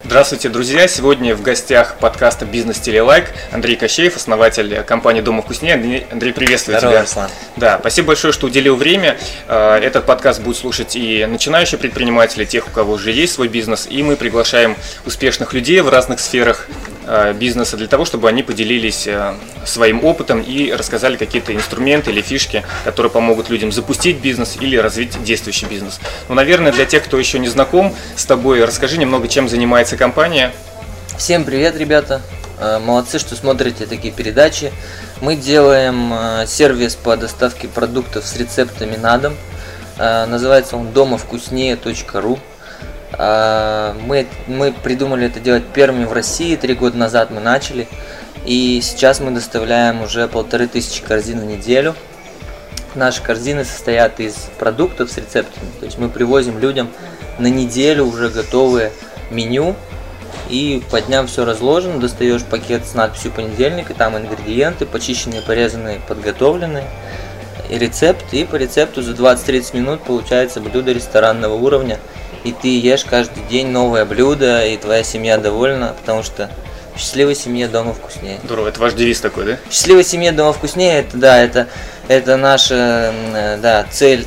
Здравствуйте, друзья! Сегодня в гостях подкаста «Бизнес-телелайк» Андрей Кощеев, основатель компании «Дома вкуснее». Андрей, приветствую тебя. Руслан. Да, спасибо большое, что уделил время. Этот подкаст будут слушать и начинающие предприниматели, тех, у кого уже есть свой бизнес. И мы приглашаем успешных людей в разных сферах бизнеса для того, чтобы они поделились своим опытом и рассказали какие-то инструменты или фишки, которые помогут людям запустить бизнес или развить действующий бизнес. Ну, наверное, для тех, кто еще не знаком с тобой, расскажи немного, чем занимается компания. Всем привет, ребята! Молодцы, что смотрите такие передачи. Мы делаем сервис по доставке продуктов с рецептами на дом. Называется он домовкуснее.ру. Мы придумали это делать первыми в России, 3 года назад мы начали. И сейчас мы доставляем уже 1500 корзин в неделю. Наши корзины состоят из продуктов с рецептами. То есть мы привозим людям на неделю уже готовое меню. И по дням все разложено. Достаешь пакет с надписью «Понедельник», и там ингредиенты, почищенные, порезанные, подготовленные. И рецепт. И по рецепту за 20-30 минут получается блюдо ресторанного уровня. И ты ешь каждый день новое блюдо, и твоя семья довольна, потому что в счастливой семье дома вкуснее. Здорово, это ваш девиз такой, да? В счастливой семье дома вкуснее, это наша цель,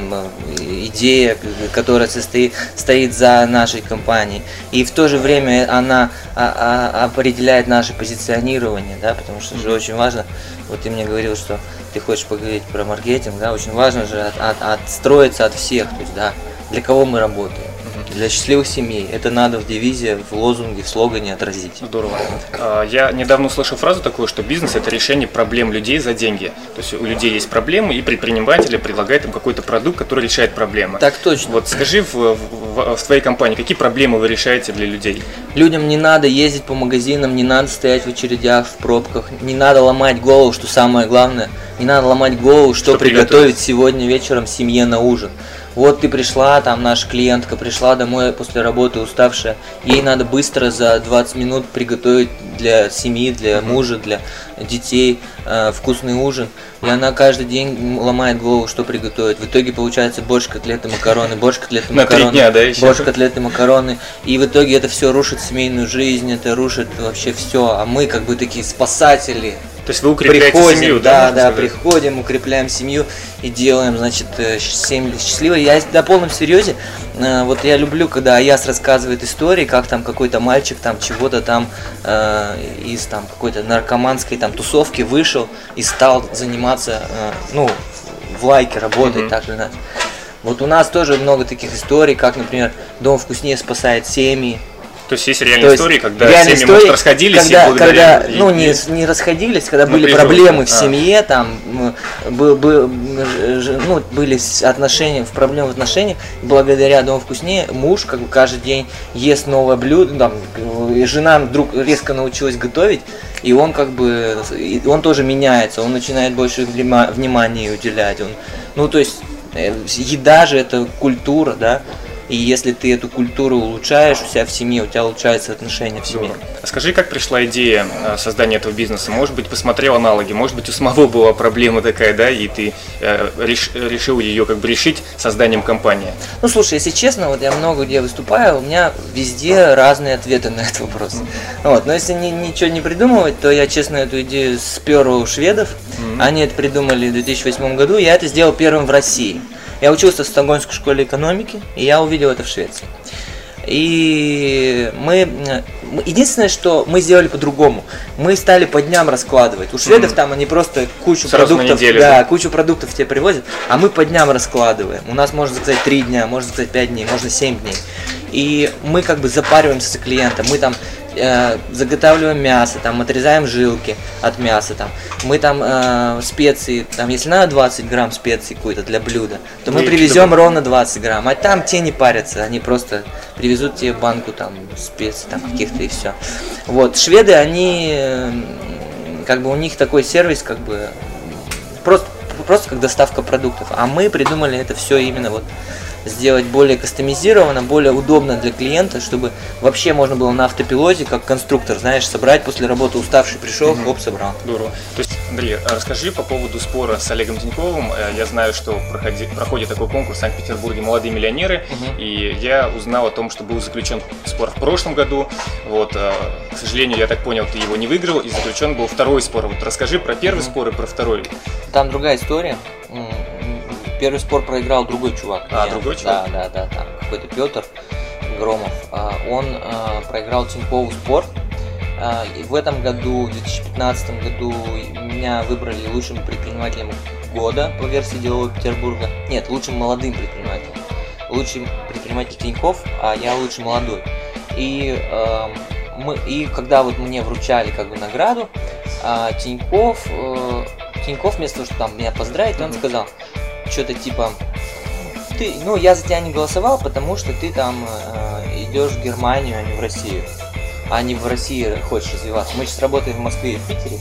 идея, которая стоит за нашей компанией. И в то же время она определяет наше позиционирование, да, потому что же очень важно, вот ты мне говорил, что ты хочешь поговорить про маркетинг, да, очень важно же отстроиться от всех, то есть, да, для кого мы работаем. Для счастливых семей. Это надо в девизе, в лозунге, в слогане отразить. Здорово. Я недавно услышал фразу такую, что бизнес – это решение проблем людей за деньги. То есть у людей есть проблемы, и предприниматели предлагают им какой-то продукт, который решает проблемы. Так точно. Вот скажи в твоей компании, какие проблемы вы решаете для людей? Людям не надо ездить по магазинам, не надо стоять в очередях, в пробках, не надо ломать голову, что самое главное, не надо ломать голову, что приготовить сегодня вечером семье на ужин. Вот ты пришла, там наша клиентка пришла домой после работы уставшая, ей надо быстро за 20 минут приготовить для семьи, для мужа, для детей вкусный ужин. И она каждый день ломает голову, что приготовить. В итоге получается борщ, котлеты, макароны, борщ, котлеты, макароны, на 3 дня, да, еще? Борщ, котлеты, макароны. И в итоге это все рушит семейную жизнь, это рушит вообще все. А мы как бы такие спасатели. То есть вы укрепляете семью, да? Да, приходим, укрепляем семью и делаем, значит, семью счастливой. Я на полном серьезе, вот я люблю, когда Аяс рассказывает истории, как там какой-то мальчик там чего-то там из там какой-то наркоманской там тусовки вышел и стал заниматься, в лайке работать, так или иначе. Вот у нас тоже много таких историй, как, например, Дом вкуснее спасает семьи. То есть есть реальные истории, когда семьи, может, расходились когда, и благодаря... не расходились, когда были проблемы в семье, там были проблемы в отношениях, благодаря Дому вкуснее муж как бы каждый день ест новое блюдо, там, жена вдруг резко научилась готовить, и он он тоже меняется, он начинает больше внимания уделять. То есть еда же это культура, да. И если ты эту культуру улучшаешь у себя в семье, у тебя улучшаются отношения в семье. А скажи, как пришла идея создания этого бизнеса? Может быть, посмотрел аналоги, может быть, у самого была проблема такая, да, и ты решил ее как бы решить созданием компании? Слушай, если честно, вот я много где выступаю, у меня везде разные ответы на этот вопрос. Но если ничего не придумывать, то я, честно, эту идею спер у шведов. Они это придумали в 2008 году, я это сделал первым в России. Я учился в Стокгольмской школе экономики, и я увидел это в Швеции. И единственное, что мы сделали по-другому, мы стали по дням раскладывать. У шведов там они просто кучу продуктов, кучу продуктов тебе привозят, а мы по дням раскладываем. У нас можно заказать 3 дня, можно заказать 5 дней, можно 7 дней. И мы как бы запариваемся за клиента, мы там заготавливаем мясо, там отрезаем жилки от мяса, там мы там специи, там если надо 20 грамм специй какой-то для блюда, то мы привезем ровно 20 грамм, а там те не парятся, они просто привезут тебе банку там специй там каких-то и все. Вот шведы, они как бы у них такой сервис как бы просто как доставка продуктов, а мы придумали это все именно вот сделать более кастомизированно, более удобно для клиента, чтобы вообще можно было на автопилоте, как конструктор, знаешь, собрать после работы уставший, пришел, хоп, собрал. Здорово. То есть, Андрей, расскажи по поводу спора с Олегом Тиньковым. Я знаю, что проходит такой конкурс в Санкт-Петербурге «Молодые миллионеры», и я узнал о том, что был заключен спор в прошлом году. Вот, к сожалению, я так понял, ты его не выиграл, и заключен был второй спор. Вот расскажи про первый спор и про второй. Там другая история. Первый спор проиграл другой чувак. Другой чувак? Да, там какой-то Петр Громов. Он проиграл Тинькову спор. И в этом году, в 2015 году, меня выбрали лучшим предпринимателем года по версии Делового Петербурга. Нет, лучшим молодым предпринимателем. Лучший предприниматель Тиньков, а я лучший молодой. И когда вот мне вручали как бы награду, Тиньков вместо того, чтобы там меня поздравить, он сказал что-то типа: я за тебя не голосовал, потому что ты там идешь в Германию, а не в Россию. А не в России хочешь развиваться. Мы сейчас работаем в Москве и в Питере,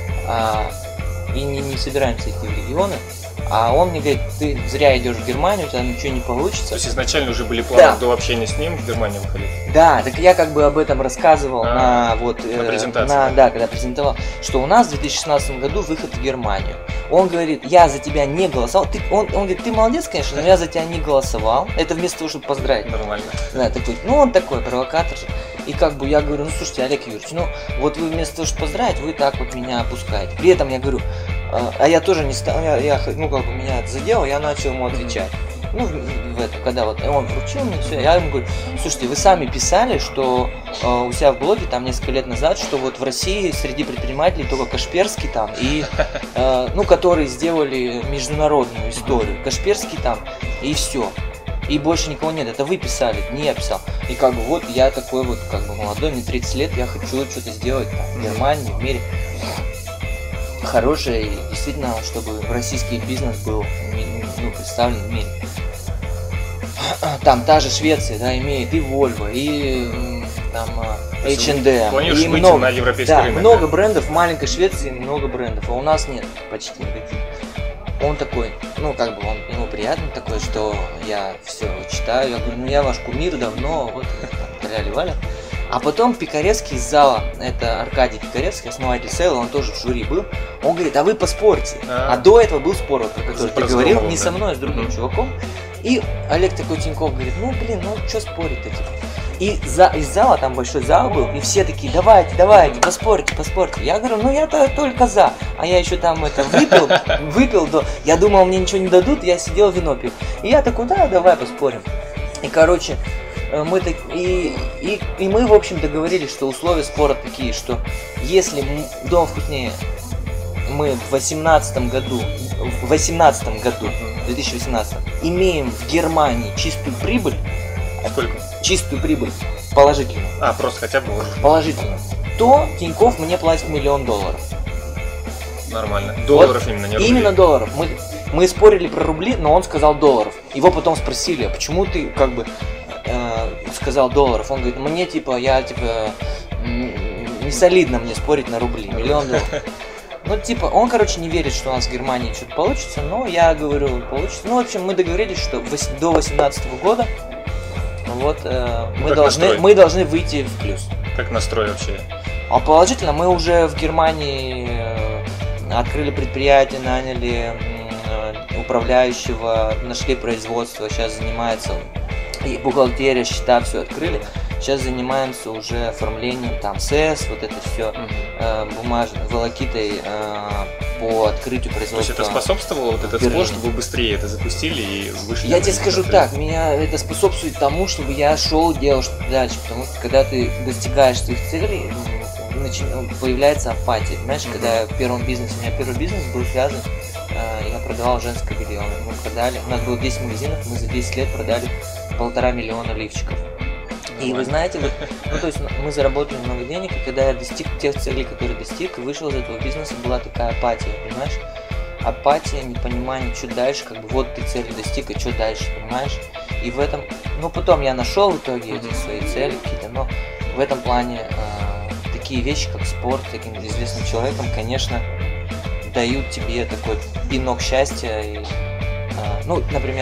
и не собираемся идти в регионы. А он мне говорит: ты зря идешь в Германию, у тебя ничего не получится. То есть изначально уже были планы до общения с ним в Германию выходить? Да, так я как бы об этом рассказывал на презентации. Когда презентовал, что у нас в 2016 году выход в Германию. Он говорит: я за тебя не голосовал. Он говорит: ты молодец, конечно, но я за тебя не голосовал. Это вместо того, чтобы поздравить. Нормально. Да, такой, он такой провокатор же. И как бы я говорю: слушайте, Олег Юрьевич, вот вы вместо того, чтобы поздравить, вы так вот меня опускаете. При этом я говорю, я тоже не стал, меня это задело, я начал ему отвечать. Когда вот он вручил мне все, я ему говорю: слушайте, вы сами писали, что у себя в блоге там несколько лет назад, что вот в России среди предпринимателей только Кашперский там и которые сделали международную историю. Кашперский там и все. И больше никого нет, это вы писали, не я писал. И как бы вот я такой вот как бы молодой, мне 30 лет, я хочу что-то сделать там, в Германии, в мире хорошее, и действительно, чтобы российский бизнес был представлен в мире. Там та же Швеция, да, имеет и Volvo, и там H&M. Планируешь и выйти на европейский рынок? Много брендов, в маленькой Швеции много брендов, а у нас нет почти никаких. Он такой, ему приятно такое, что я все читаю, я говорю: я ваш кумир давно, вот, ля-ля-ля. А потом Пикаревский из зала, это Аркадий Пикаревский, основатель Сейла, он тоже в жюри был, он говорит: а вы поспорьте. А до этого был спор, про который ты говорил, не со мной, а с другим чуваком. И Олег такой Тиньков говорит: что спорить-то, типа. И из зала, там большой зал был, и все такие: давайте, поспорьте. Я говорю: я-то только за. А я еще там выпил я думал, мне ничего не дадут, я сидел, вино пил. И я такой: да, давай поспорим. И, короче, мы в общем договорились, что условия спора такие, что если Дом вкуснее мы в 2018 году, 2018, имеем в Германии чистую прибыль. Сколько? Чистую прибыль, положительную. Просто хотя бы положительную. То Тиньков мне платит $1 миллион. Нормально. Долларов вот, именно, не рублей. Именно долларов. Мы спорили про рубли, но он сказал долларов. Его потом спросили: а почему ты сказал долларов? Он говорит: мне не солидно мне спорить на рубли, $1 миллион. Он, не верит, что у нас в Германии что-то получится, но я говорю, получится. В общем, мы договорились, что до 2018 года мы должны выйти в плюс. Как настрой вообще? А положительно, мы уже в Германии открыли предприятие, наняли управляющего, нашли производство, сейчас занимается и бухгалтерия, счета, все открыли. Сейчас занимаемся уже оформлением там СЭС, вот это все бумажной волокитой по открытию производства. То есть это способствовало вот этот спор, чтобы вы быстрее это запустили и вышли? Я тебе скажу так, меня это способствует тому, чтобы я шел и делал что-то дальше, потому что когда ты достигаешь своих целей, появляется апатия, понимаешь, когда я в первом бизнесе, у меня первый бизнес был связан, я продавал женское белье, у нас было 10 магазинов, мы за 10 лет продали 1,5 миллиона лифчиков. И вы знаете, мы заработали много денег, и когда я достиг тех целей, которые достиг, и вышел из этого бизнеса, была такая апатия, понимаешь? Апатия, непонимание, что дальше, вот ты цели достиг, а что дальше, понимаешь? И в этом, потом я нашел в итоге эти свои цели какие-то, но в этом плане такие вещи, как спорт, таким известным человеком, конечно, дают тебе такой пинок счастья. И, например,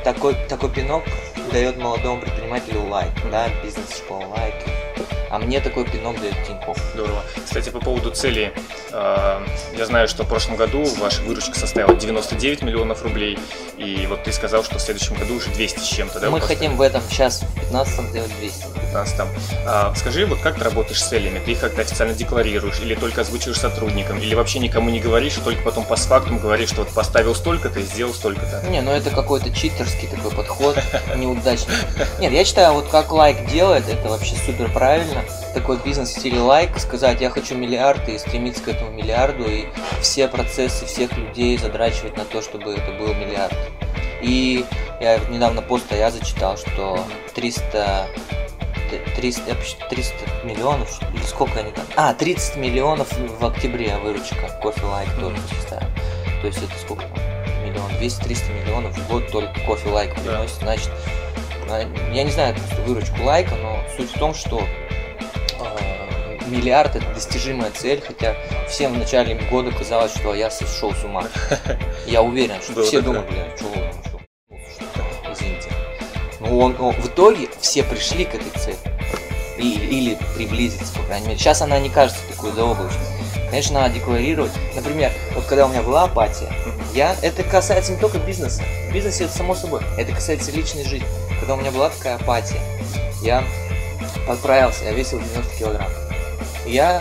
такой пинок дает молодому предпринимателю лайк, да, бизнес-школа лайк. А мне такой пинок дает Тинькофф. Здорово. Кстати, по поводу цели, я знаю, что в прошлом году ваша выручка составила 99 миллионов рублей, и вот ты сказал, что в следующем году уже 200 с чем-то, да? Мы хотим в этом сейчас, в 15-м, сделать 200. 15-м. Скажи, вот как ты работаешь с целями? Ты их как-то официально декларируешь, или только озвучиваешь сотрудникам, или вообще никому не говоришь, и только потом постфактум говоришь, что вот поставил столько-то и сделал столько-то? Не, ну это какой-то читерский такой подход, неудачный. Нет, я считаю, вот как лайк делает, это вообще супер правильно. Такой бизнес в стиле лайк, сказать, я хочу миллиард и стремиться к этому миллиарду, и все процессы всех людей задрачивать на то, чтобы это был миллиард. И я недавно пост я зачитал, что 300 миллионов, или сколько они там? 30 миллионов в октябре выручка, кофе лайк только составил. То есть это сколько там? 200-300 миллионов в год только кофе лайк приносит, значит, я не знаю просто выручку лайка, но суть в том, что миллиард это достижимая цель, хотя всем в начале года казалось, что я сошел с ума. Я уверен, что все думают, блин, что извините. Но в итоге все пришли к этой цели. Или приблизиться, по крайней мере. Сейчас она не кажется такой заоблачной. Конечно, надо декларировать. Например, вот когда у меня была апатия, это касается не только бизнеса. В бизнесе это само собой. Это касается личной жизни. Когда у меня была такая апатия, я подправился, я весил 90 килограмм. Я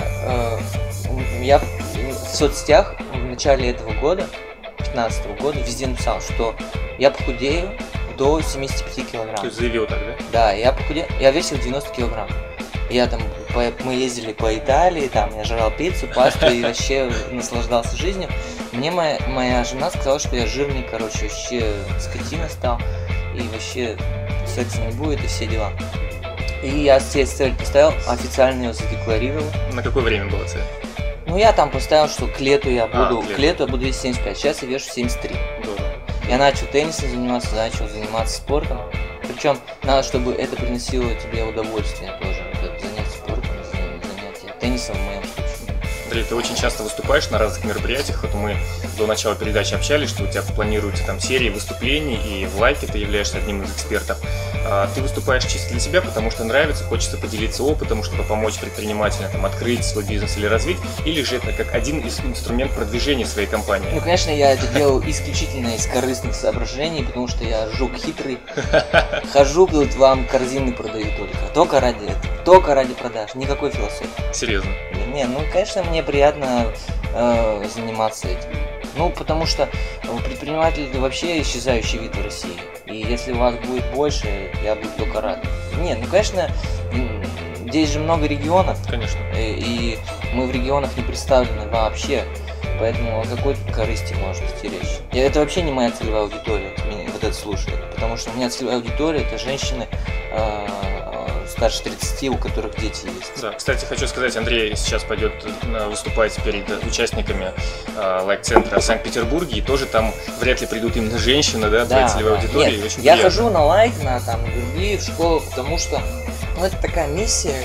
в соцсетях в начале этого года, 2015 года, везде написал, что я похудею до 75 килограмм. То есть заявил так, да? Да, я похудел, я весил 90 килограмм. Мы ездили по Италии, там я жрал пиццу, пасту и вообще наслаждался жизнью. Мне моя жена сказала, что я жирный, вообще скотина стал, и вообще секса не будет, и все дела. И я себе цель поставил, официально ее задекларировал. На какое время была цель? Ну, я там поставил, что к лету я буду весить 75, сейчас я вешу 73. Здорово. Я начал теннисом заниматься, начал заниматься спортом. Причем надо, чтобы это приносило тебе удовольствие тоже. Занятие спортом, занятие теннисом в моем случае. Андрей, ты очень часто выступаешь на разных мероприятиях. Вот мы до начала передачи общались, что у тебя планируются там серии выступлений, и в лайке ты являешься одним из экспертов. Ты выступаешь чисто для себя, потому что нравится, хочется поделиться опытом, чтобы помочь предпринимателям там, открыть свой бизнес или развить, или же это как один из инструментов продвижения своей компании? Ну, конечно, я это делаю исключительно из корыстных соображений, потому что я жук хитрый. Хожу, тут вам корзины продаю только ради этого, только ради продаж, никакой философии. Серьезно? Не, ну, конечно, мне приятно заниматься этим. Ну, потому что предприниматель это вообще исчезающий вид в России. И если у вас будет больше, я буду только рад. Нет, ну, конечно, здесь же много регионов. Конечно. И мы в регионах не представлены вообще. Поэтому о какой корысти может идти речь? И это вообще не моя целевая аудитория, меня вот это слушает. Потому что у меня целевая аудитория это женщины старше 30, у которых дети есть. Да, кстати, хочу сказать, Андрей сейчас пойдет выступать перед участниками лайк-центра в Санкт-Петербурге, и тоже там вряд ли придут именно женщины, да, твоей целевой аудитории. Нет, очень я приятно. хожу на лайк, на другие в школу, потому что это такая миссия,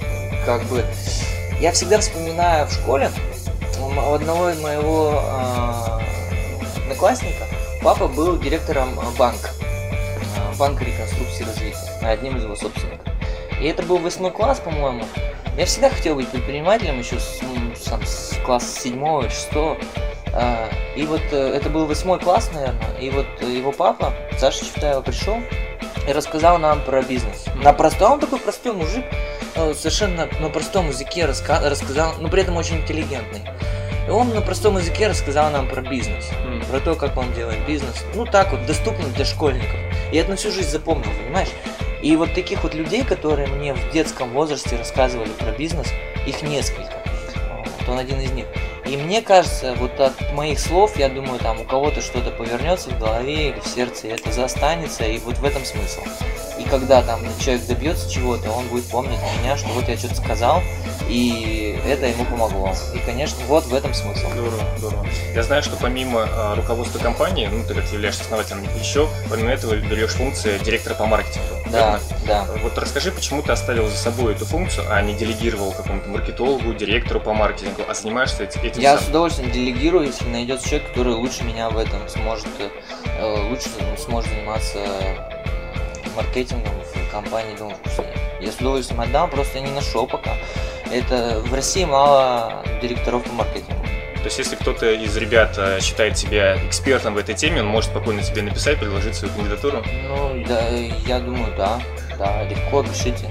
я всегда вспоминаю в школе у одного моего одноклассника, папа был директором банка реконструкции и развития, одним из его собственников. И это был 8 класс, по-моему. Я всегда хотел быть предпринимателем еще с класса 7 или 6. И вот это был 8 класс, наверное. И вот его папа, Саша Чевтаева, пришел и рассказал нам про бизнес. На простом, он такой простой мужик, совершенно на простом языке рассказал, но при этом очень интеллигентный. И он на простом языке рассказал нам про бизнес, про то, как он делает бизнес. Ну так вот, доступно для школьников. Я это на всю жизнь запомнил, понимаешь? И вот таких вот людей, которые мне в детском возрасте рассказывали про бизнес, их несколько. Вот он один из них. И мне кажется, вот от моих слов, я думаю, там у кого-то что-то повернется в голове или в сердце, и это застанется, и вот в этом смысл. И когда там человек добьется чего-то, он будет помнить меня, что вот я что-то сказал, и это ему помогло. И, конечно, вот в этом смысл. Здорово, здорово. Я знаю, что помимо руководства компании, ну, ты как являешься основателем, еще помимо этого берешь функции директора по маркетингу. Да, да. Вот расскажи, почему ты оставил за собой эту функцию, а не делегировал какому-то маркетологу, директору по маркетингу, а занимаешься этим Я сам? с удовольствием делегирую, если найдется человек, который лучше меня в этом сможет заниматься маркетингом в компании. Думаю, что я с удовольствием отдам, просто я не нашел пока. Это в России мало директоров по маркетингу. То есть, если кто-то из ребят считает себя экспертом в этой теме, он может спокойно тебе написать, предложить свою кандидатуру? Ну, да, я думаю, да, легко, пишите.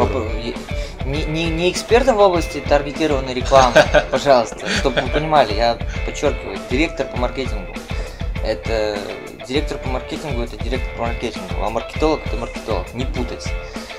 Не экспертом в области таргетированной рекламы, пожалуйста, чтобы вы понимали, я подчеркиваю, директор по маркетингу. Это директор по маркетингу, это директор по маркетингу, а маркетолог это маркетолог, не путать.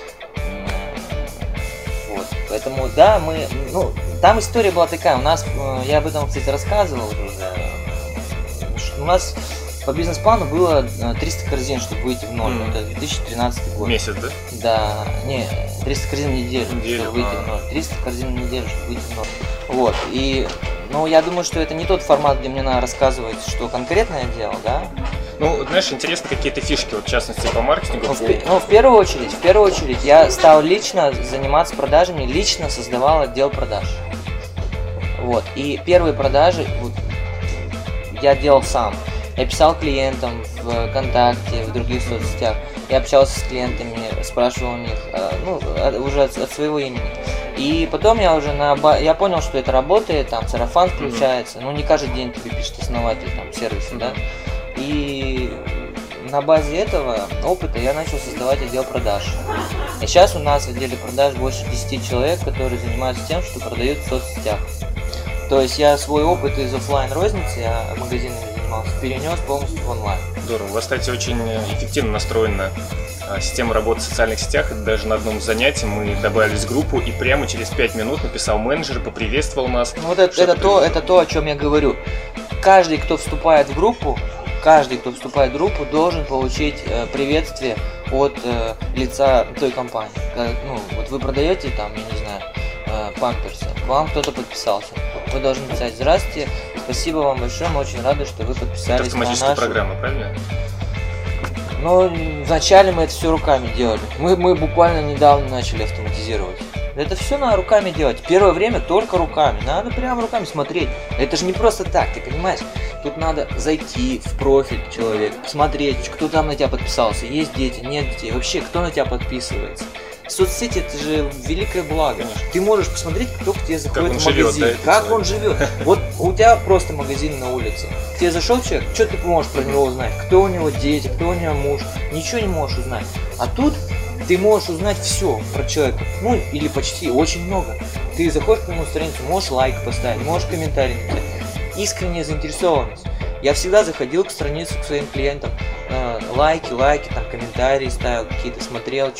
Вот, поэтому, да, там история была такая, у нас, я об этом, кстати, рассказывал уже, у нас по бизнес-плану было 300 корзин, чтобы выйти в ноль, это 2013 год. Месяц, да? Да, не, 300 корзин в неделю, чтобы выйти в ноль, 300 корзин в неделю, чтобы выйти в ноль. Вот, и, я думаю, что это не тот формат, где мне надо рассказывать, что конкретно я делал, да. Ну, знаешь, интересно какие-то фишки, вот, в частности, по маркетингу. В первую очередь, я стал лично заниматься продажами, лично создавал отдел продаж. Вот, и первые продажи я делал сам. Я писал клиентам в ВКонтакте, в других соцсетях. Я общался с клиентами, спрашивал у них, уже от своего имени. И потом я уже я понял, что это работает, там сарафан включается, не каждый день тебе пишет основатель там сервиса, да. И на базе этого опыта я начал создавать отдел продаж. И сейчас у нас в отделе продаж больше 10 человек, которые занимаются тем, что продают в соцсетях. То есть я свой опыт из офлайн розницы, я магазинами занимался, перенес полностью в онлайн. Здорово. У вас, кстати, очень эффективно настроена система работы в социальных сетях. Даже на одном занятии мы добавились в группу, и прямо через 5 минут написал менеджер, поприветствовал нас. Это то, о чем я говорю. Каждый, кто вступает в группу, должен получить приветствие от лица той компании. Вот вы продаете там, я не знаю, памперсы, к вам кто-то подписался. Вы должны писать: здравствуйте, спасибо вам большое, мы очень рады, что вы подписались. Это автоматическая программа, правильно? Вначале мы это все руками делали. Мы буквально недавно начали автоматизировать. Это все надо руками делать. Первое время только руками. Надо прямо руками смотреть. Это же не просто так, ты понимаешь? Тут надо зайти в профиль человека, посмотреть, кто там на тебя подписался. Есть дети, нет детей. Вообще, кто на тебя подписывается. Соцсети — это же великое благо. Конечно. Ты можешь посмотреть, кто к тебе заходит в магазин, живет, как он живет. Вот у тебя просто магазин на улице. К тебе зашел человек, что ты можешь про него узнать? Кто у него дети, кто у него муж? Ничего не можешь узнать. А тут ты можешь узнать все про человека. Или почти, очень много. Ты заходишь к нему на страницу, можешь лайк поставить, можешь комментарий написать. Искренняя заинтересованность. Я всегда заходил к странице, к своим клиентам, лайки, там комментарии ставил какие-то, смотрел,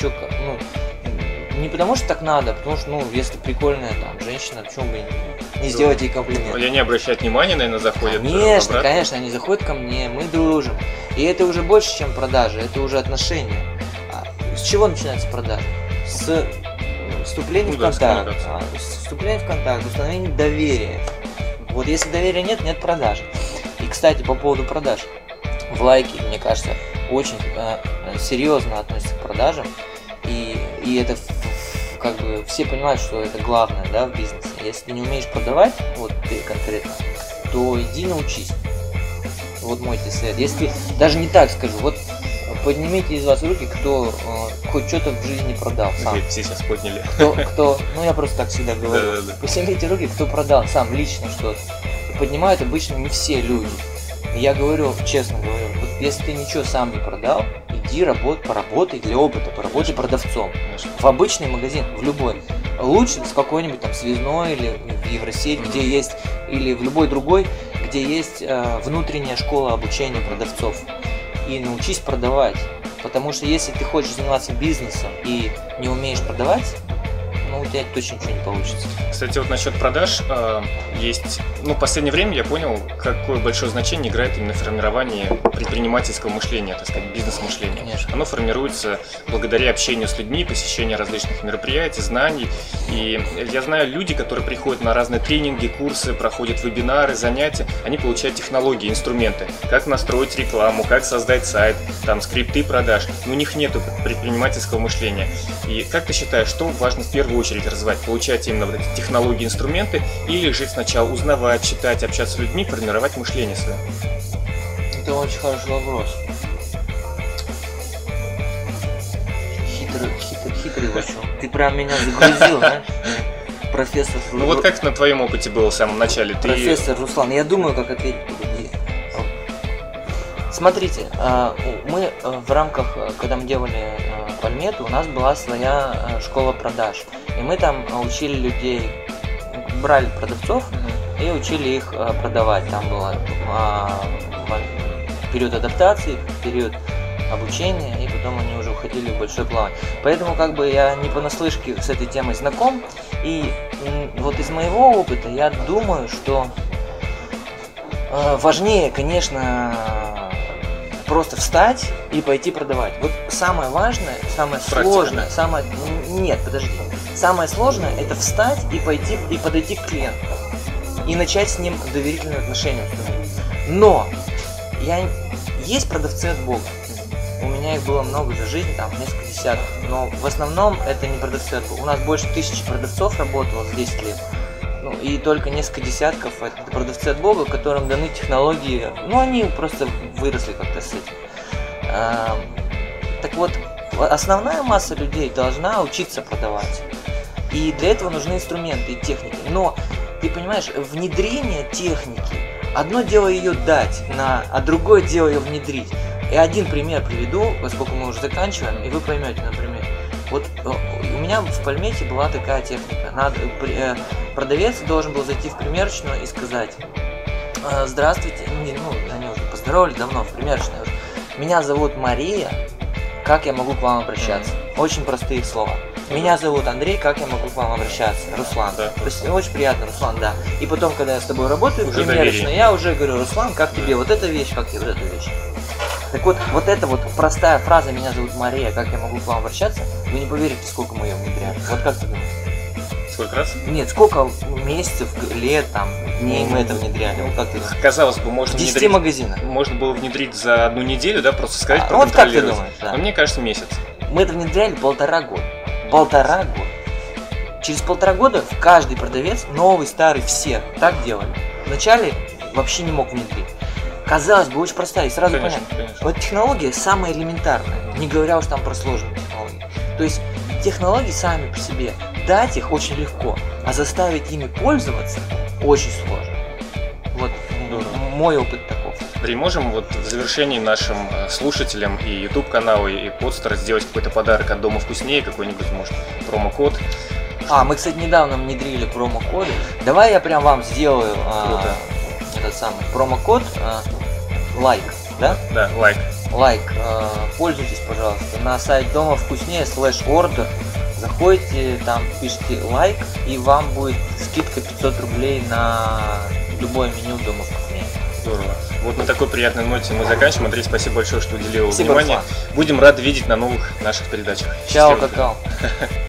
не потому что так надо, а потому что, если прикольная там женщина, почему бы не сделать ей комплимент. И они обращают внимание, наверное, заходят. Конечно, они заходят ко мне, мы дружим. И это уже больше, чем продажи, это уже отношения. С чего начинается продажа? С вступления в контакт. Вступление в контакт, установление доверия. Вот если доверия нет, нет продажи. И, кстати, по поводу продаж. В лайке, мне кажется, очень серьезно относятся к продажам. И это все понимают, что это главное, да, в бизнесе. Если ты не умеешь продавать, вот ты конкретно, то иди научись. Вот мой тебе совет. Если даже не так скажу, вот поднимите из вас руки, кто хоть что-то в жизни продал сам. Все сейчас подняли. Кто, я просто так всегда говорю. Да. Поднимите руки, кто продал сам лично что-то. Поднимают обычно не все люди. Я говорю, честно говорю, вот если ты ничего сам не продал, иди поработай для опыта, поработай продавцом. В обычный магазин, в любой. Лучше с какой-нибудь там связной или в Евросеть, где есть, или в любой другой, где есть внутренняя школа обучения продавцов. И научись продавать. Потому что если ты хочешь заниматься бизнесом и не умеешь продавать, тебя точно ничего не получится. Кстати, вот насчет продаж есть, в последнее время я понял, какое большое значение играет именно формирование предпринимательского мышления, так сказать, бизнес-мышления. Конечно. Оно формируется благодаря общению с людьми, посещению различных мероприятий, знаний. И я знаю, люди, которые приходят на разные тренинги, курсы, проходят вебинары, занятия, они получают технологии, инструменты, как настроить рекламу, как создать сайт, там скрипты продаж. Но у них нет предпринимательского мышления. И как ты считаешь, что важно в первую очередь развивать? Получать именно вот эти технологии, инструменты, или же сначала узнавать, читать, общаться с людьми, формировать мышление свое? Это очень хороший вопрос. Хитрый вышел. Ты прям меня загрузил, да? Профессор. Ну вот как на твоем опыте было в самом начале? Профессор Руслан, я думаю, как ответить. Смотрите, мы в рамках, когда мы делали Пальмету, у нас была своя школа продаж. И мы там учили людей, брали продавцов и учили их продавать. Там был период адаптации, период обучения, и потом они уже уходили в большое плавание. Поэтому я не понаслышке с этой темой знаком. И вот из моего опыта я думаю, что важнее, конечно, просто встать и пойти продавать. Вот самое важное, самое сложное, самое сложное это встать и пойти и подойти к клиенту и начать с ним доверительные отношения установить. Но есть продавцы от Бога. У меня их было много за жизнь, там несколько десятков. Но в основном это не продавцы от Бога. У нас больше 1000 продавцов работало за 10 лет. И только несколько десятков это продавцы от Бога, которым даны технологии, они просто выросли как-то с этим. Так вот, основная масса людей должна учиться продавать. И для этого нужны инструменты и техники. Но, ты понимаешь, внедрение техники, одно дело ее дать, а другое дело ее внедрить. И один пример приведу, поскольку мы уже заканчиваем, и вы поймете, например. Вот у меня в Пальмете была такая техника. Продавец должен был зайти в примерочную и сказать: здравствуйте, они уже поздоровались давно в примерочной уже. Меня зовут Мария, как я могу к вам обращаться? Очень простые слова. Меня зовут Андрей, как я могу к вам обращаться? Руслан. Да. То есть очень приятно, Руслан, да. И потом, когда я с тобой работаю в примерочной, я уже говорю: Руслан, как тебе вот эта вещь, как тебе вот эта вещь? Так вот эта простая фраза «Меня зовут Мария, как я могу к вам обращаться», вы не поверите, сколько мы ее внедряем. Вот как ты думаешь? Сколько раз? Нет, сколько месяцев, лет, дней мы это внедряли. Вот как ты думаешь? Казалось бы, можно внедрить. 10 магазинов. Можно было внедрить за одну неделю, да, просто сказать, вот как ты думаешь? Да. Но мне кажется, месяц. Мы это внедряли 1,5 года. 1,5 года. Через 1,5 года каждый продавец, новый, старый, все так делали. Вначале вообще не мог внедрить. Казалось бы, очень простая и сразу понятно. Вот технология самая элементарная, не говоря уж там про сложные технологии. То есть технологии сами по себе, дать их очень легко, а заставить ими пользоваться очень сложно. Вот мой опыт таков. При можем в завершении нашим слушателям и YouTube каналу, и подстера сделать какой-то подарок от Дома Вкуснее, какой-нибудь, может, промокод. Мы, кстати, недавно внедрили промокоды. Давай я прям вам сделаю этот самый промокод лайк, да? Да, лайк. Лайк. Пользуйтесь, пожалуйста, на сайт Дома Вкуснее /order. Заходите, там пишите лайк, и вам будет скидка 500 рублей на любое меню Дома Вкуснее. Здорово. Вот на такой приятной ноте мы заканчиваем. Андрей, спасибо большое, что уделил внимание. Будем рады видеть на новых наших передачах. Чао, какао.